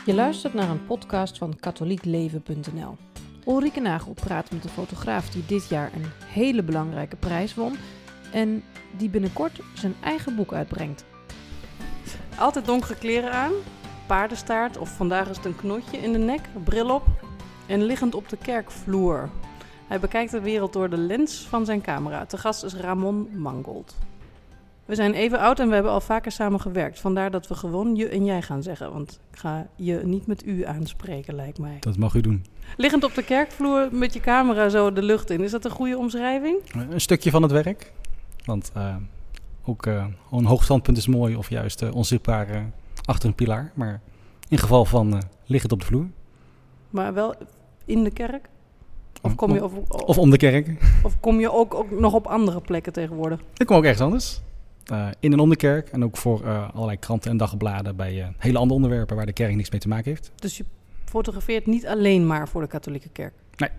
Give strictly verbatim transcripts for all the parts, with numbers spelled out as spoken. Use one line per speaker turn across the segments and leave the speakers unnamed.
Je luistert naar een podcast van katholiek leven punt n l. Ulrike Nagel praat met een fotograaf die dit jaar een hele belangrijke prijs won en die binnenkort zijn eigen boek uitbrengt. Altijd donkere kleren aan, paardenstaart of vandaag is het een knotje in de nek, bril op en liggend op de kerkvloer. Hij bekijkt de wereld door de lens van zijn camera. Te gast is Ramon Mangold. We zijn even oud en we hebben al vaker samen gewerkt. Vandaar dat we gewoon je en jij gaan zeggen. Want ik ga je niet met u aanspreken, lijkt mij.
Dat mag u doen.
Liggend op de kerkvloer met je camera zo de lucht in. Is dat een goede omschrijving?
Een stukje van het werk. Want uh, ook uh, een hoog standpunt is mooi of juist uh, onzichtbaar uh, achter een pilaar. Maar in geval van uh, liggend op de vloer.
Maar wel in de kerk? Of kom je, of, of,
of om de kerk.
Of kom je ook, ook nog op andere plekken tegenwoordig?
Ik kom ook ergens anders. Uh, in en om de kerk en ook voor uh, allerlei kranten en dagbladen bij uh, hele andere onderwerpen waar de kerk niks mee te maken heeft.
Dus je fotografeert niet alleen maar voor de katholieke kerk?
Nee.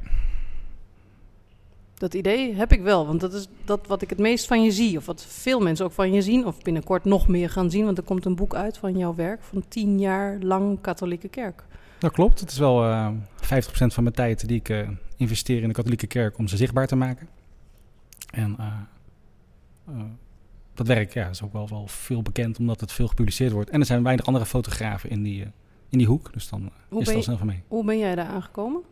Dat idee heb ik wel, want dat is dat wat ik het meest van je zie. Of wat veel mensen ook van je zien, of binnenkort nog meer gaan zien. Want er komt een boek uit van jouw werk van tien jaar lang katholieke kerk.
Dat klopt. Het is wel uh, vijftig procent van mijn tijd die ik uh, investeer in de katholieke kerk om ze zichtbaar te maken. En uh, uh, dat werk ja, is ook wel, wel veel bekend, omdat het veel gepubliceerd wordt. En er zijn weinig andere fotografen in die, uh, in die hoek, dus dan uh, is het al snel van mee.
Hoe ben jij daar aangekomen?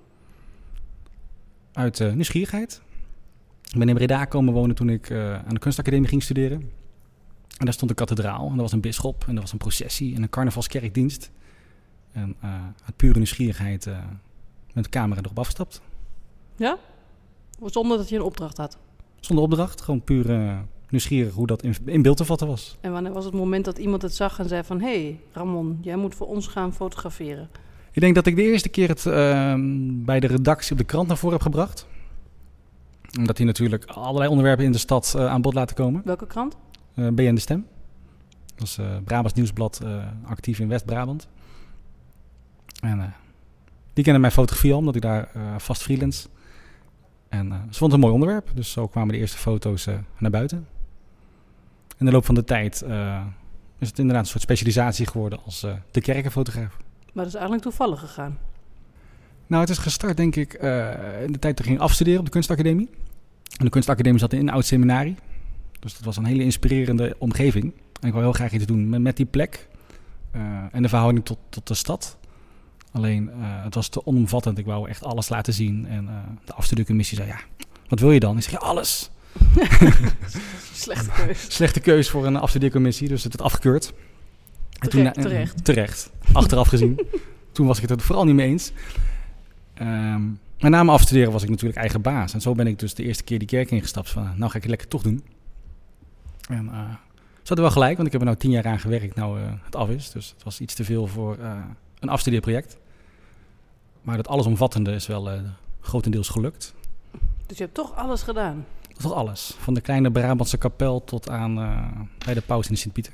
Uit uh, nieuwsgierigheid. Ik ben in Breda komen wonen toen ik uh, aan de kunstacademie ging studeren. En daar stond een kathedraal en er was een bisschop en er was een processie en een carnavalskerkdienst. En uh, uit pure nieuwsgierigheid uh, met de camera erop afgestapt.
Ja? Zonder dat je een opdracht had?
Zonder opdracht, gewoon puur uh, nieuwsgierig hoe dat in, in beeld te vatten was.
En wanneer was het moment dat iemand het zag en zei van... hé, hey, Ramon, jij moet voor ons gaan fotograferen?
Ik denk dat ik de eerste keer het uh, bij de redactie op de krant naar voren heb gebracht. Omdat die natuurlijk allerlei onderwerpen in de stad uh, aan bod laten komen.
Welke krant?
Uh, B N De Stem. Dat is uh, Brabants Nieuwsblad, uh, actief in West-Brabant. En uh, die kennen mijn fotografie al, omdat ik daar uh, vast freelance. En uh, ze vond het een mooi onderwerp, dus zo kwamen de eerste foto's uh, naar buiten. In de loop van de tijd uh, is het inderdaad een soort specialisatie geworden als uh, de kerkenfotograaf.
Maar dat is eigenlijk toevallig gegaan.
Nou, het is gestart denk ik uh, in de tijd dat ik ging afstuderen op de kunstacademie. En de kunstacademie zat in een oud seminarie. Dus dat was een hele inspirerende omgeving. En ik wou heel graag iets doen met, met die plek uh, en de verhouding tot, tot de stad. Alleen, uh, het was te onomvattend. Ik wou echt alles laten zien. En uh, de afstudeercommissie zei, ja, wat wil je dan? Ik zeg, ja, alles.
Slechte keus.
Slechte keus voor een afstudeercommissie, dus het werd afgekeurd. En
terecht,
toen, uh,
terecht.
Terecht, achteraf gezien. Toen was ik het er vooral niet mee eens. Um, maar na mijn afstuderen was ik natuurlijk eigen baas. En zo ben ik dus de eerste keer die kerk ingestapt. Van, nou ga ik het lekker toch doen. En uh, ze hadden wel gelijk, want ik heb er nou tien jaar aan gewerkt. Nou uh, het af is, dus het was iets te veel voor... Uh, een afstudeerproject. Maar dat allesomvattende is wel uh, grotendeels gelukt.
Dus je hebt toch alles gedaan?
Toch alles. Van de kleine Brabantse kapel tot aan uh, bij de paus in de Sint-Pieter.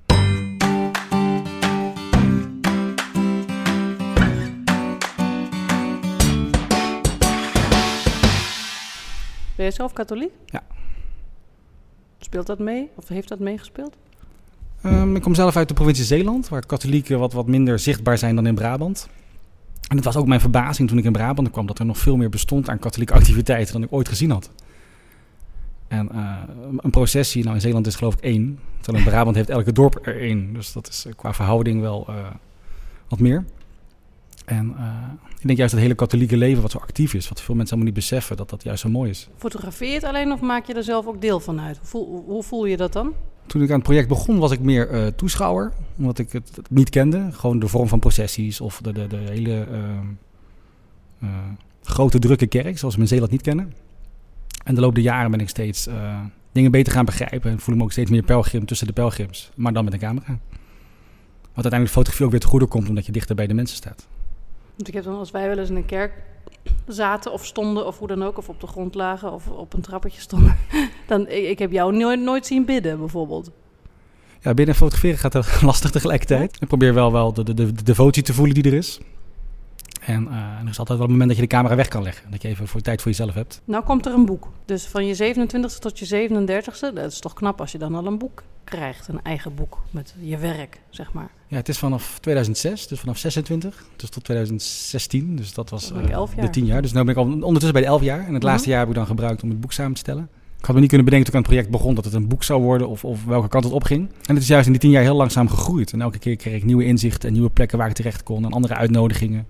Ben jij zelf katholiek?
Ja.
Speelt dat mee? Of heeft dat meegespeeld?
Um, ik kom zelf uit de provincie Zeeland, waar katholieken wat, wat minder zichtbaar zijn dan in Brabant. En het was ook mijn verbazing toen ik in Brabant kwam, dat er nog veel meer bestond aan katholieke activiteiten dan ik ooit gezien had. En uh, een processie, nou in Zeeland is geloof ik één, terwijl in Brabant heeft elke dorp er één. Dus dat is uh, qua verhouding wel uh, wat meer. En uh, ik denk juist dat het hele katholieke leven wat zo actief is, wat veel mensen helemaal niet beseffen, dat dat juist zo mooi is.
Fotografeer je het alleen of maak je er zelf ook deel van uit? Hoe voel, hoe voel je dat dan?
Toen ik aan het project begon was ik meer uh, toeschouwer, omdat ik het niet kende. Gewoon de vorm van processies of de, de, de hele uh, uh, grote drukke kerk, zoals we in Zeeland niet kennen. En de loop der jaren ben ik steeds uh, dingen beter gaan begrijpen en voel ik me ook steeds meer pelgrim tussen de pelgrims, maar dan met een camera. Wat uiteindelijk fotografie ook weer te goede komt, omdat je dichter bij de mensen staat.
Want ik heb dan, als wij wel eens in een kerk zaten of stonden of hoe dan ook, of op de grond lagen of op een trappetje stonden, dan ik, ik heb jou nooit, nooit zien bidden bijvoorbeeld.
Ja, bidden en fotograferen gaat lastig tegelijkertijd. Ik probeer wel, wel de, de, de devotie te voelen die er is. En uh, er is altijd wel een moment dat je de camera weg kan leggen. Dat je even voor tijd voor jezelf hebt.
Nou komt er een boek. Dus van je zevenentwintigste tot je zevenendertigste. Dat is toch knap als je dan al een boek krijgt. Een eigen boek met je werk, zeg maar.
Ja, het is vanaf tweeduizend zes, dus vanaf zesentwintig. Dus tot tweeduizend zestien. Dus dat was uh,
elf jaar.
de tien jaar. Dus nu ben ik al ondertussen bij de elf jaar. En het uh-huh. laatste jaar heb ik dan gebruikt om het boek samen te stellen. Ik had me niet kunnen bedenken toen ik aan het project begon dat het een boek zou worden of, of welke kant het opging. En het is juist in die tien jaar heel langzaam gegroeid. En elke keer kreeg ik nieuwe inzichten en nieuwe plekken waar ik terecht kon en andere uitnodigingen.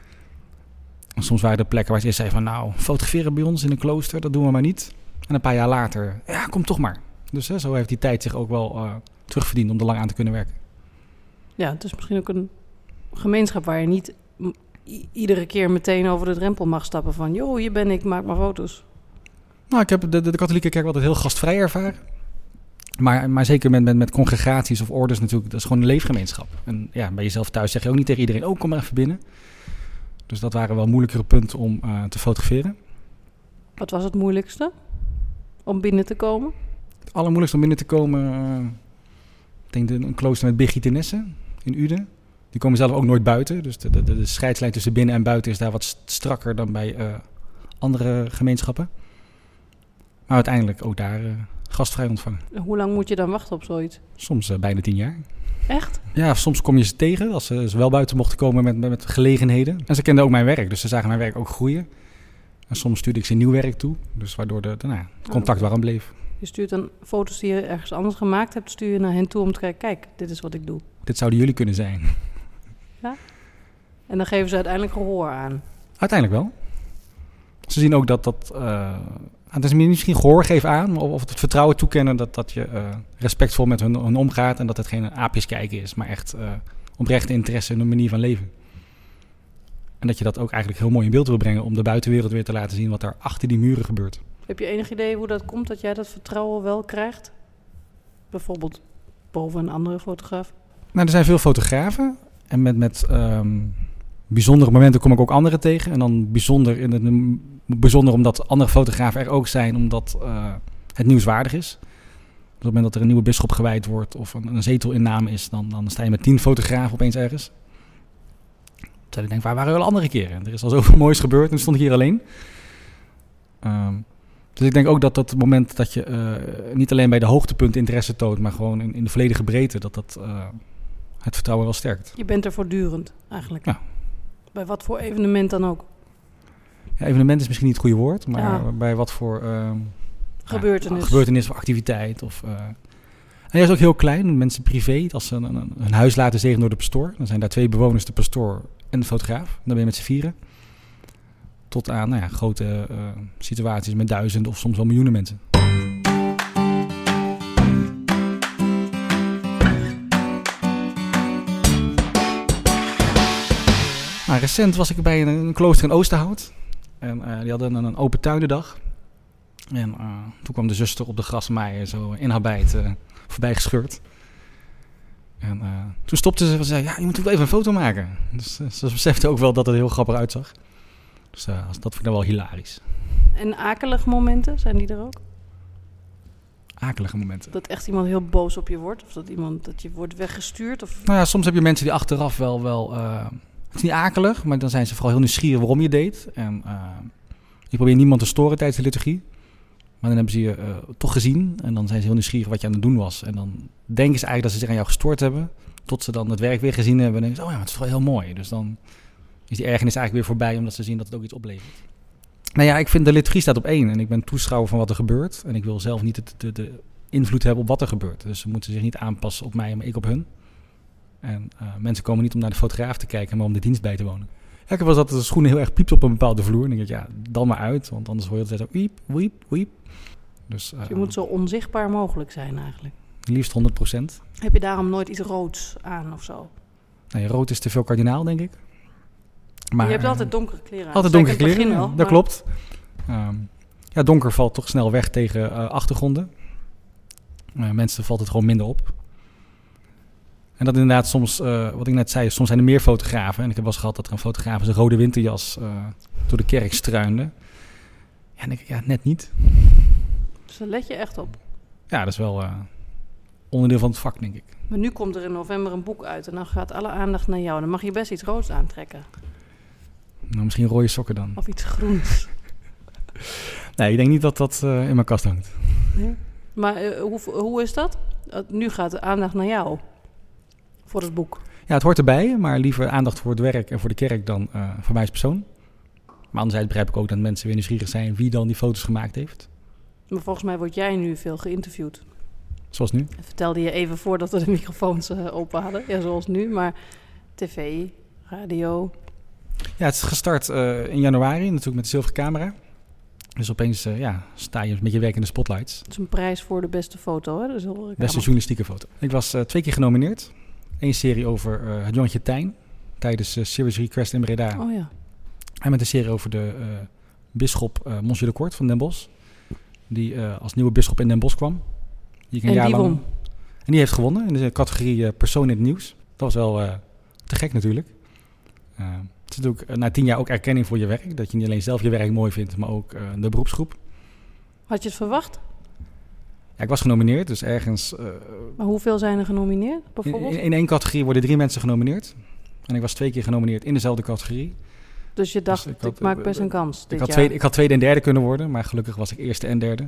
En soms waren er plekken waar ze eerst zeiden van nou, fotograferen bij ons in een klooster, dat doen we maar niet. En een paar jaar later, ja, kom toch maar. Dus hè, zo heeft die tijd zich ook wel uh, terugverdiend om er lang aan te kunnen werken.
Ja, het is misschien ook een gemeenschap waar je niet i- iedere keer meteen over de drempel mag stappen van joh, hier ben ik, maak maar foto's.
Nou, ik heb de, de, de katholieke kerk altijd heel gastvrij ervaren. Maar, maar zeker met, met, met congregaties of orders natuurlijk, dat is gewoon een leefgemeenschap. En ja, bij jezelf thuis zeg je ook niet tegen iedereen, oh, kom maar even binnen. Dus dat waren wel moeilijkere punten om uh, te fotograferen.
Wat was het moeilijkste om binnen te komen?
Het allermoeilijkste om binnen te komen, uh, ik denk de, een klooster met Birgittenessen in Uden. Die komen zelf ook nooit buiten. Dus de, de, de scheidslijn tussen binnen en buiten is daar wat strakker dan bij uh, andere gemeenschappen. Maar uiteindelijk ook daar uh, gastvrij ontvangen.
Hoe lang moet je dan wachten op zoiets?
Soms uh, bijna tien jaar.
Echt?
Ja, soms kom je ze tegen als ze, ze wel buiten mochten komen met, met, met gelegenheden. En ze kenden ook mijn werk, dus ze zagen mijn werk ook groeien. En soms stuurde ik ze nieuw werk toe, dus waardoor de, de, nou, het contact warm bleef.
Je stuurt dan foto's die je ergens anders gemaakt hebt, stuur je naar hen toe om te kijken, kijk, dit is wat ik doe.
Dit zouden jullie kunnen zijn.
Ja? En dan geven ze uiteindelijk gehoor aan.
Uiteindelijk wel. Ze zien ook dat dat... Uh, het is misschien gehoor geven aan, of het vertrouwen toekennen dat, dat je uh, respectvol met hun, hun omgaat en dat het geen aapjes kijken is, maar echt uh, oprechte interesse in hun manier van leven. En dat je dat ook eigenlijk heel mooi in beeld wil brengen om de buitenwereld weer te laten zien wat er achter die muren gebeurt.
Heb je enig idee hoe dat komt dat jij dat vertrouwen wel krijgt? Bijvoorbeeld boven een andere fotograaf?
Nou, er zijn veel fotografen en met, met um, bijzondere momenten kom ik ook anderen tegen. En dan bijzonder, in het, bijzonder omdat andere fotografen er ook zijn, omdat uh, het nieuwswaardig is. Dus op het moment dat er een nieuwe bisschop gewijd wordt of een, een zetelinname is, dan, dan sta je met tien fotografen opeens ergens. Terwijl ik denk, waar waren we al andere keren? Er is al zoveel moois gebeurd en stond ik hier alleen. Um, dus ik denk ook dat dat het moment dat je uh, niet alleen bij de hoogtepunten interesse toont, maar gewoon in, in de volledige breedte, dat dat uh, het vertrouwen wel sterkt.
Je bent er voortdurend eigenlijk.
Ja.
Bij wat voor evenement dan ook?
Ja, evenement is misschien niet het goede woord, maar
Ja.
bij wat voor uh,
Gebeurtenis.
Ja, gebeurtenis of activiteit. Of, uh, en hij is ook heel klein, mensen privé, als ze een, een, een huis laten zegenen door de pastoor, dan zijn daar twee bewoners, de pastoor en de fotograaf. Dan ben je met z'n vieren. Tot aan nou ja, grote uh, situaties met duizenden of soms wel miljoenen mensen. Nou, recent was ik bij een, een klooster in Oosterhout. En uh, die hadden een, een open tuinendag. En uh, toen kwam de zuster op de grasmaaier zo in haar bijt uh, voorbij gescheurd. En uh, toen stopte ze en zei, ja, je moet even een foto maken. Dus uh, ze besefte ook wel dat het er heel grappig uitzag. Dus uh, dat vind ik dan wel hilarisch.
En akelige momenten, zijn die er ook?
Akelige momenten?
Dat echt iemand heel boos op je wordt? Of dat iemand dat je wordt weggestuurd? Of...
Nou ja, soms heb je mensen die achteraf wel... wel uh, het is niet akelig, maar dan zijn ze vooral heel nieuwsgierig waarom je deed. En uh, je probeert niemand te storen tijdens de liturgie. Maar dan hebben ze je uh, toch gezien. En dan zijn ze heel nieuwsgierig wat je aan het doen was. En dan denken ze eigenlijk dat ze zich aan jou gestoord hebben. Tot ze dan het werk weer gezien hebben. En denken ze, oh ja, maar het is toch wel heel mooi. Dus dan is die ergernis eigenlijk weer voorbij, omdat ze zien dat het ook iets oplevert. Nou ja, ik vind de liturgie staat op één. En ik ben toeschouwer van wat er gebeurt. En ik wil zelf niet de, de, de invloed hebben op wat er gebeurt. Dus ze moeten zich niet aanpassen op mij, maar ik op hun. En uh, mensen komen niet om naar de fotograaf te kijken, maar om de dienst bij te wonen. Ja, ik heb wel eens dat de schoenen heel erg piept op een bepaalde vloer. En dan denk ik, ja, dan maar uit. Want anders hoor je altijd zo, wiep, wiep, wiep. Dus, uh,
dus je moet zo onzichtbaar mogelijk zijn eigenlijk.
Liefst honderd procent.
Heb je daarom nooit iets roods aan of zo?
Nee, rood is te veel kardinaal, denk ik. Maar,
je hebt altijd donkere kleren aan.
Altijd
dat
donkere kleren,
wel,
dat
maar... klopt.
Um, ja, donker valt toch snel weg tegen uh, achtergronden. Uh, mensen valt het gewoon minder op. En dat inderdaad soms, uh, wat ik net zei, soms zijn er meer fotografen. En ik heb wel eens gehad dat er een fotograaf zijn rode winterjas uh, door de kerk struinde. Ja, dan denk ik, ja, net niet.
Dus daar let je echt op.
Ja, dat is wel uh, onderdeel van het vak, denk ik.
Maar nu komt er in november een boek uit en dan gaat alle aandacht naar jou. Dan mag je best iets roods aantrekken.
Nou, misschien rode sokken dan.
Of iets groens.
Nee, ik denk niet dat dat uh, in mijn kast hangt.
Nee? Maar uh, hoe, hoe is dat? Uh, nu gaat de aandacht naar jou. Voor het boek.
Ja, het hoort erbij, maar liever aandacht voor het werk en voor de kerk dan uh, voor mij als persoon. Maar anderzijds begrijp ik ook dat mensen weer nieuwsgierig zijn wie dan die foto's gemaakt heeft.
Maar volgens mij word jij nu veel geïnterviewd.
Zoals nu?
Vertelde je even voordat we de microfoons uh, open hadden. Ja, zoals nu, maar tv, radio.
Ja, het is gestart uh, in januari, natuurlijk met de zilveren camera. Dus opeens uh, ja, sta je met je werk in de spotlights.
Het is een prijs voor de beste foto, hè? De zilveren camera.
Beste journalistieke foto. Ik was uh, twee keer genomineerd. Eén serie over uh, het jongetje Tijn tijdens uh, Series Request in Breda.
Oh ja.
En met een serie over de uh, bisschop uh, Monsieur de Kort van Den Bosch. Die uh, als nieuwe bisschop in Den Bosch kwam. Die een
en
jaar
die
lang...
won.
En die heeft gewonnen in de categorie uh, persoon in het nieuws. Dat was wel uh, te gek natuurlijk. Uh, het is natuurlijk uh, na tien jaar ook erkenning voor je werk. Dat je niet alleen zelf je werk mooi vindt, maar ook uh, de beroepsgroep.
Had je het verwacht?
Ja, ik was genomineerd, dus ergens... Uh,
maar hoeveel zijn er genomineerd, bijvoorbeeld?
In, in één categorie worden drie mensen genomineerd. En ik was twee keer genomineerd in dezelfde categorie.
Dus je dacht, dus ik, had, ik maak best een kans dit
ik had,
jaar.
tweede, ik had tweede en derde kunnen worden, maar gelukkig was ik eerste en derde.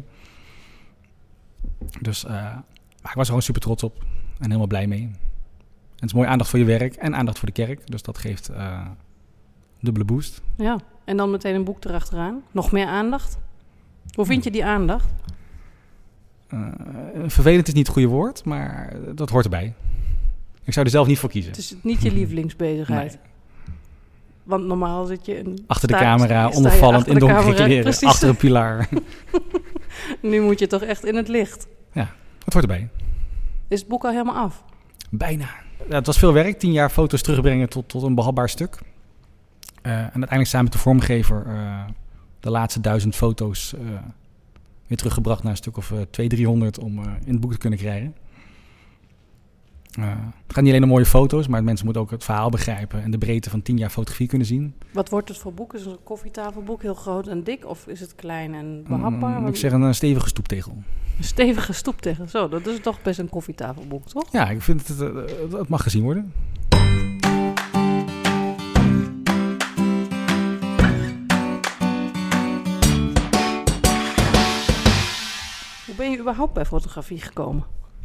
Dus uh, ik was er gewoon super trots op en helemaal blij mee. En het is mooi aandacht voor je werk en aandacht voor de kerk. Dus dat geeft uh, dubbele boost.
Ja, en dan meteen een boek erachteraan. Nog meer aandacht. Hoe vind je die aandacht?
Uh, vervelend is niet het goede woord, maar dat hoort erbij. Ik zou er zelf niet voor kiezen.
Het is niet je lievelingsbezigheid. Nee. Want normaal zit je... Een
achter de
sta,
camera, onopvallend, in donkere kleren,
precies.
Achter een pilaar.
Nu moet je toch echt in het licht.
Ja, dat hoort erbij.
Is het boek al helemaal af?
Bijna. Ja, het was veel werk, tien jaar foto's terugbrengen tot, tot een behapbaar stuk. Uh, en uiteindelijk samen met de vormgever uh, de laatste duizend foto's uh, weer teruggebracht naar een stuk of uh, tweehonderd, driehonderd om uh, in het boek te kunnen krijgen. Uh, het gaat niet alleen om mooie foto's, maar mensen moeten ook het verhaal begrijpen en de breedte van tien jaar fotografie kunnen zien.
Wat wordt het voor boek? Is het een koffietafelboek, heel groot en dik, of is het klein en behapbaar?
Mm, ik zeg een, een stevige stoeptegel.
Een stevige stoeptegel, zo, dat is toch best een koffietafelboek, toch?
Ja, ik vind het, uh, het mag gezien worden.
Hoe ben je überhaupt bij fotografie gekomen?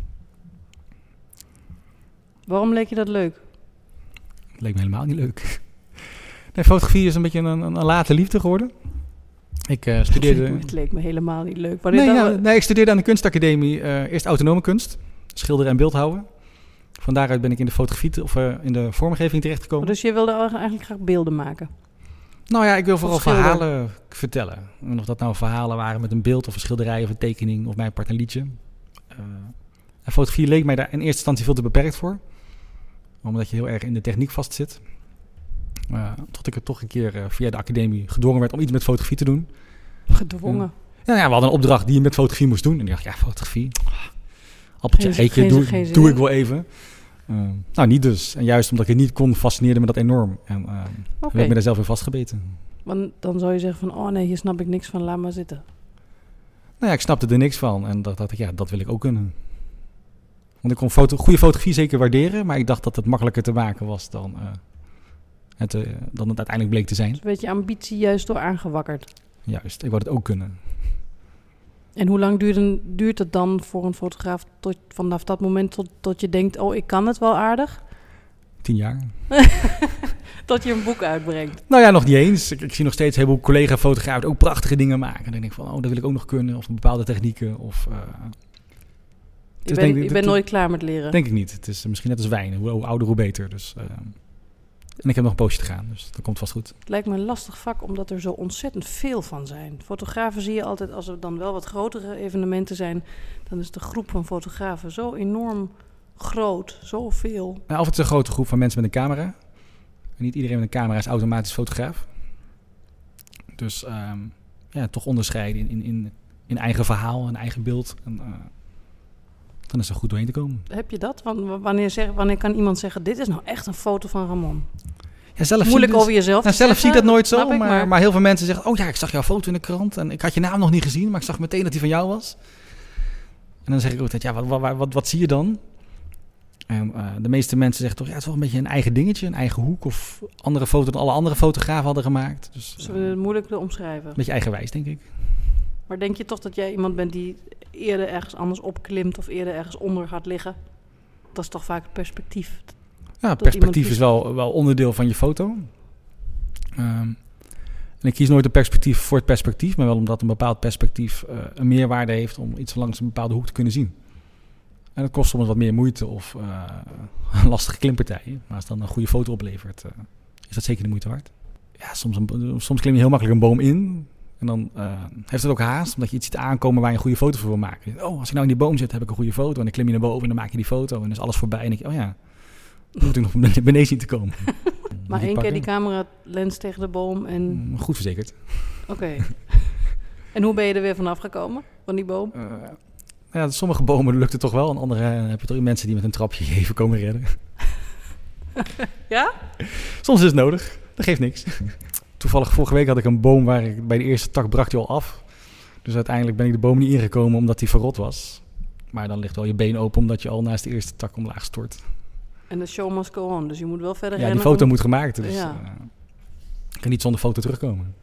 Waarom leek je dat leuk?
Het leek me helemaal niet leuk. Nee, fotografie is een beetje een, een, een late liefde geworden. Ik uh, studeerde...
Het leek me helemaal niet leuk.
Nee, ja, we... nee, ik studeerde aan de kunstacademie uh, eerst autonome kunst. Schilderen en beeldhouden. Van daaruit ben ik in de fotografie of uh, in de vormgeving terechtgekomen.
Dus je wilde eigenlijk graag beelden maken?
Nou ja, ik wil vooral verhalen vertellen. En of dat nou verhalen waren met een beeld of een schilderij of een tekening of mijn part een liedje. Uh, en fotografie leek mij daar in eerste instantie veel te beperkt voor. Omdat je heel erg in de techniek vastzit. Uh, tot ik er toch een keer uh, via de academie gedwongen werd om iets met fotografie te doen.
Gedwongen?
Uh, ja, ja, we hadden een opdracht die je met fotografie moest doen. En ik dacht, ja, fotografie. Appeltje,
geen,
eitje,
geen,
doe,
geen
doe ik wel even. Uh, nou, niet dus. En juist omdat ik het niet kon, fascineerde me dat enorm. En uh, okay. heb ik me daar zelf in vastgebeten.
Want dan zou je zeggen van, oh nee, hier snap ik niks van, laat maar zitten.
Nou ja, ik snapte er niks van. En dat dacht ik, ja, dat wil ik ook kunnen. Want ik kon foto, goede fotografie zeker waarderen, maar ik dacht dat het makkelijker te maken was dan, uh, het, uh, dan het uiteindelijk bleek te zijn.
Dus werd je ambitie juist door aangewakkerd?
Juist, ik wou het ook kunnen.
En hoe lang duurt, duurt het dan voor een fotograaf tot, vanaf dat moment tot, tot je denkt, oh, ik kan het wel aardig?
Tien jaar.
Tot je een boek uitbrengt?
Nou ja, nog niet eens. Ik, ik zie nog steeds een heleboel collega-fotografen ook prachtige dingen maken. En dan denk ik van, oh, dat wil ik ook nog kunnen. Of bepaalde technieken, of... Uh,
Je bent ben, ben nooit klaar met leren?
Denk ik niet. Het is misschien net als wijn. Hoe, hoe ouder, hoe beter. Dus, uh, en ik heb nog een poosje te gaan, dus dat komt vast goed.
Het lijkt me een lastig vak, omdat er zo ontzettend veel van zijn. Fotografen zie je altijd, als er dan wel wat grotere evenementen zijn, dan is de groep van fotografen zo enorm groot, zoveel.
Nou, of het is een grote groep van mensen met een camera. En niet iedereen met een camera is automatisch fotograaf. Dus um, ja, toch onderscheiden in, in, in, in eigen verhaal, en eigen beeld. En, uh, dan is er goed doorheen te komen.
Heb je dat? Wanneer, zeg, wanneer kan iemand zeggen, dit is nou echt een foto van Ramon?
Ja, zelf
Moeilijk
dus,
over jezelf
nou,
te
zelf
zeggen,
zie ik dat nooit zo,
ik,
maar,
maar...
maar heel veel mensen zeggen, oh ja, ik zag jouw foto in de krant en ik had je naam nog niet gezien, maar ik zag meteen dat die van jou was. En dan zeg ik altijd, ja, wat, wat, wat, wat zie je dan? En Uh, de meeste mensen zeggen toch, ja, het is wel een beetje een eigen dingetje, een eigen hoek. Of andere foto dan alle andere fotografen hadden gemaakt. Dus,
Zullen we het moeilijk te omschrijven?
Een beetje eigenwijs, denk ik.
Maar denk je toch dat jij iemand bent die eerder ergens anders opklimt of eerder ergens onder gaat liggen? Dat is toch vaak het perspectief.
Ja, perspectief is wel, wel onderdeel van je foto. Um, en ik kies nooit een perspectief voor het perspectief, maar wel omdat een bepaald perspectief uh, een meerwaarde heeft om iets langs een bepaalde hoek te kunnen zien. En dat kost soms wat meer moeite of uh, een lastige klimpartij. Maar als het dan een goede foto oplevert, uh, is dat zeker de moeite waard. Ja, soms, een, soms klim je heel makkelijk een boom in. En dan uh, heeft het ook haast, omdat je iets ziet aankomen waar je een goede foto voor wil maken. Oh, als ik nou in die boom zit, heb ik een goede foto. En dan klim je naar boven en dan maak je die foto. En dan is alles voorbij. En dan denk je, oh ja, dan moet ik nog beneden zien te komen.
Maar één keer die camera lens tegen de boom en...
Goed verzekerd.
Oké. Okay. En hoe ben je er weer vanaf gekomen, van die boom?
Uh, ja, sommige bomen lukt het toch wel. En andere uh, heb je toch mensen die met een trapje je even komen redden.
Ja?
Soms is het nodig. Dat geeft niks. Toevallig vorige week had ik een boom waar ik bij de eerste tak brak die al af. Dus uiteindelijk ben ik de boom niet ingekomen omdat die verrot was. Maar dan ligt wel je been open omdat je al naast de eerste tak omlaag stort.
En de show must go on, dus je moet wel verder
ja,
rennen.
Ja, die foto
om...
moet gemaakt, dus
ja.
uh, ik kan niet zonder foto terugkomen.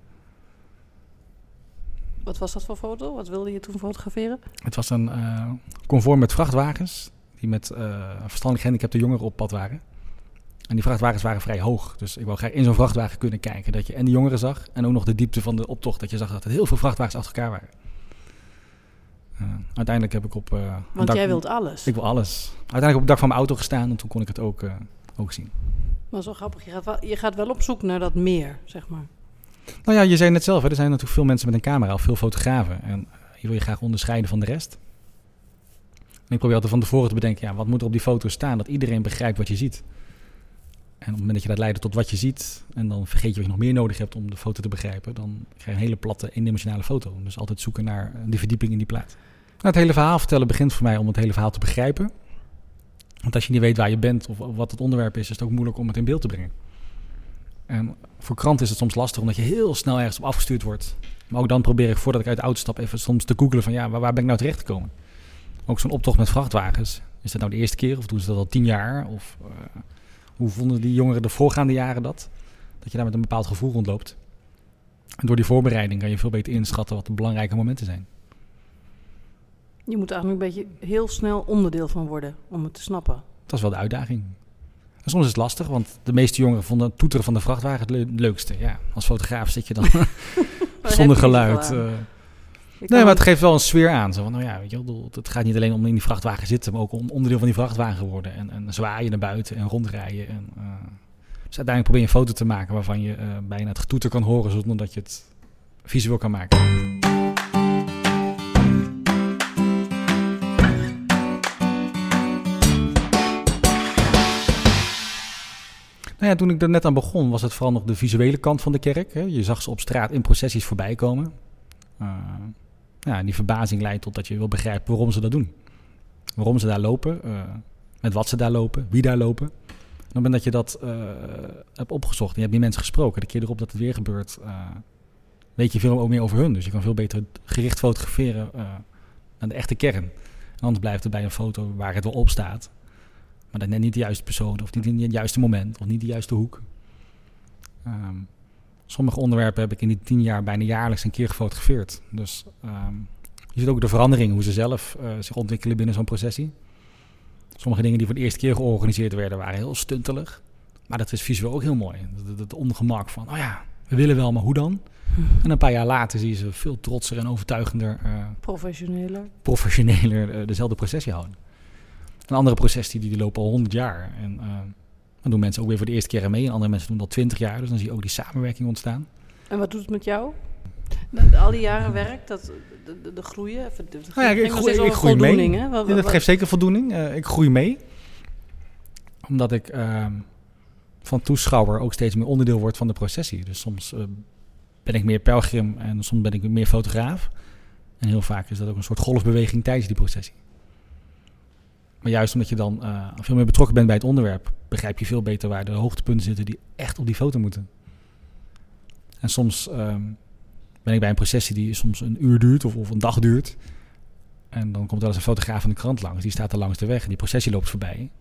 Wat was dat voor foto? Wat wilde je toen fotograferen?
Het was een uh, konvooi met vrachtwagens die met uh, verstandelijk gehandicapte jongeren op pad waren. En die vrachtwagens waren vrij hoog. Dus ik wou graag in zo'n vrachtwagen kunnen kijken. Dat je en de jongeren zag en ook nog de diepte van de optocht. Dat je zag dat er heel veel vrachtwagens achter elkaar waren. Uh, uiteindelijk heb ik op... Uh,
Want
dak,
jij wilt alles.
Ik wil alles. Uiteindelijk op het dak van mijn auto gestaan en toen kon ik het ook, uh, ook zien.
Maar zo grappig. Je gaat, wel, je gaat wel op zoek naar dat meer, zeg maar.
Nou ja, je zei net zelf. Hè, er zijn natuurlijk veel mensen met een camera of veel fotografen. En uh, je wil je graag onderscheiden van de rest. En ik probeer altijd van tevoren te bedenken... Ja, wat moet er op die foto staan? Dat iedereen begrijpt wat je ziet. En op het moment dat je dat leidt tot wat je ziet... en dan vergeet je wat je nog meer nodig hebt om de foto te begrijpen... dan krijg je een hele platte, eendimensionale foto. Dus altijd zoeken naar die verdieping in die plaat. Nou, het hele verhaal vertellen begint voor mij om het hele verhaal te begrijpen. Want als je niet weet waar je bent of wat het onderwerp is... is het ook moeilijk om het in beeld te brengen. En voor kranten is het soms lastig omdat je heel snel ergens op afgestuurd wordt. Maar ook dan probeer ik voordat ik uit de auto stap even soms te googlen van... ja, waar, waar ben ik nou terecht gekomen? Ook zo'n optocht met vrachtwagens. Is dat nou de eerste keer of doen ze dat al tien jaar? Of... Uh, Hoe vonden die jongeren de voorgaande jaren dat? Dat je daar met een bepaald gevoel rondloopt. En door die voorbereiding kan je veel beter inschatten wat de belangrijke momenten zijn.
Je moet eigenlijk een beetje heel snel onderdeel van worden om het te snappen.
Dat is wel de uitdaging. En soms is het lastig, want de meeste jongeren vonden het toeteren van de vrachtwagen het le- leukste. Ja, als fotograaf zit je dan zonder geluid. Uh, nee, maar het geeft wel een sfeer aan. Zo van, nou ja, weet je, het gaat niet alleen om in die vrachtwagen zitten, maar ook om onderdeel van die vrachtwagen worden. En, en zwaaien naar buiten en rondrijden. En, uh, dus uiteindelijk probeer je een foto te maken waarvan je uh, bijna het getoeter kan horen, zonder dat je het visueel kan maken. Nou ja, toen ik er net aan begon, was het vooral nog de visuele kant van de kerk. Hè. Je zag ze op straat in processies voorbij komen. Uh, ja, die verbazing leidt tot dat je wil begrijpen waarom ze dat doen. Waarom ze daar lopen, uh, met wat ze daar lopen, wie daar lopen. En op het moment dat je dat uh, hebt opgezocht en je hebt die mensen gesproken, de keer erop dat het weer gebeurt, uh, weet je veel ook meer over hun. Dus je kan veel beter gericht fotograferen uh, naar de echte kern. En anders blijft het bij een foto waar het wel op staat. Maar dat net niet de juiste persoon, of niet in het juiste moment, of niet de juiste hoek. Um, sommige onderwerpen heb ik in die tien jaar bijna jaarlijks een keer gefotografeerd. Dus um, je ziet ook de verandering, hoe ze zelf uh, zich ontwikkelen binnen zo'n processie. Sommige dingen die voor de eerste keer georganiseerd werden, waren heel stuntelig. Maar dat is visueel ook heel mooi. Het, het ongemak van, oh ja, we willen wel, maar hoe dan? En een paar jaar later zie je ze veel trotser en overtuigender. Uh,
professioneler.
Professioneler uh, dezelfde processie houden. Een andere processie die, die lopen al honderd jaar. En uh, dan doen mensen ook weer voor de eerste keer mee. En andere mensen doen dat twintig jaar. Dus dan zie je ook die samenwerking ontstaan.
En wat doet het met jou? De, al die jaren werk, dat, de, de, de groeien? De, de,
nou ja, ik, ik groei, ik groei mee. Hè? Wat, wat, dat geeft zeker voldoening. Uh, ik groei mee. Omdat ik uh, van toeschouwer ook steeds meer onderdeel word van de processie. Dus soms uh, ben ik meer pelgrim en soms ben ik meer fotograaf. En heel vaak is dat ook een soort golfbeweging tijdens die processie. Maar juist omdat je dan uh, veel meer betrokken bent bij het onderwerp, begrijp je veel beter waar de hoogtepunten zitten die echt op die foto moeten. En soms um, ben ik bij een processie die soms een uur duurt of, of een dag duurt. En dan komt wel eens een fotograaf van de krant langs, die staat er langs de weg en die processie loopt voorbij.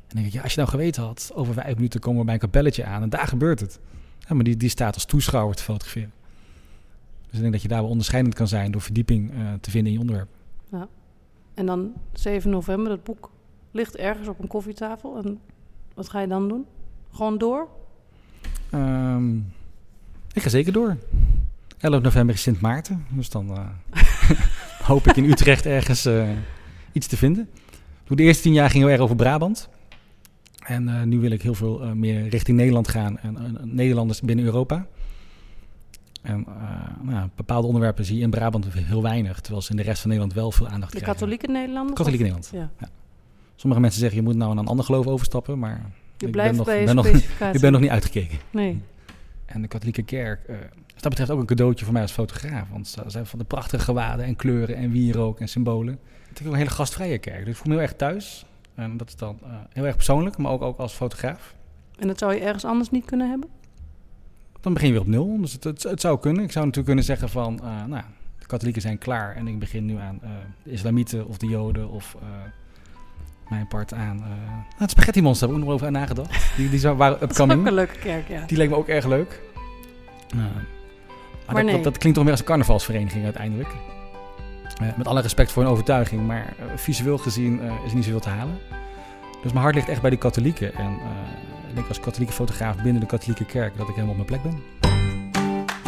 En dan denk ik, ja, als je nou geweten had, over vijf minuten komen we bij een kapelletje aan en daar gebeurt het. Ja, maar die, die staat als toeschouwer te fotograferen. Dus ik denk dat je daar wel onderscheidend kan zijn door verdieping uh, te vinden in je onderwerp.
Ja. En dan zeven november, dat boek ligt ergens op een koffietafel. En wat ga je dan doen? Gewoon door?
Um, ik ga zeker door. elf november is Sint Maarten. Dus dan uh, hoop ik in Utrecht ergens uh, iets te vinden. De eerste tien jaar ging heel erg over Brabant. En uh, nu wil ik heel veel uh, meer richting Nederland gaan. En uh, Nederlanders binnen Europa. En uh, nou, bepaalde onderwerpen zie je in Brabant heel weinig. Terwijl ze in de rest van Nederland wel veel aandacht
de
krijgen.
De katholieke Nederlanders?
Katholieke Nederland, ja. ja. Sommige mensen zeggen je moet nou naar een ander geloof overstappen. Maar
je
ik
blijft
ben,
bij
nog,
je
ben, nog, ik ben nog niet uitgekeken.
Nee.
En de katholieke kerk, uh, dus dat betreft ook een cadeautje voor mij als fotograaf. Want ze zijn van de prachtige gewaden en kleuren en wierook en symbolen. Het is ook een hele gastvrije kerk. Dus ik voel me heel erg thuis. En dat is dan uh, heel erg persoonlijk, maar ook, ook als fotograaf.
En dat zou je ergens anders niet kunnen hebben?
Dan begin je weer op nul. Dus het, het, het zou kunnen. Ik zou natuurlijk kunnen zeggen van, uh, nou, de katholieken zijn klaar. En ik begin nu aan uh, de islamieten of de joden of uh, mijn part aan... Uh, nou, het Spaghetti Monster, heb ik ook nog over nagedacht. Die, die zou, waren upcoming.
Dat is ook een leuke kerk, ja.
Die leek me ook erg leuk. Uh, maar
maar
dat,
nee.
dat, dat klinkt toch meer als een carnavalsvereniging uiteindelijk. Uh, met alle respect voor hun overtuiging, maar uh, visueel gezien uh, is er niet zoveel te halen. Dus mijn hart ligt echt bij de katholieken. En uh, ik denk als katholieke fotograaf binnen de katholieke kerk dat ik helemaal op mijn plek ben.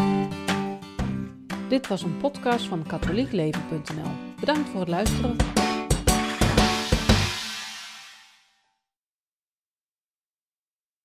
Dit was een podcast van katholiek leven punt n l. Bedankt voor het luisteren.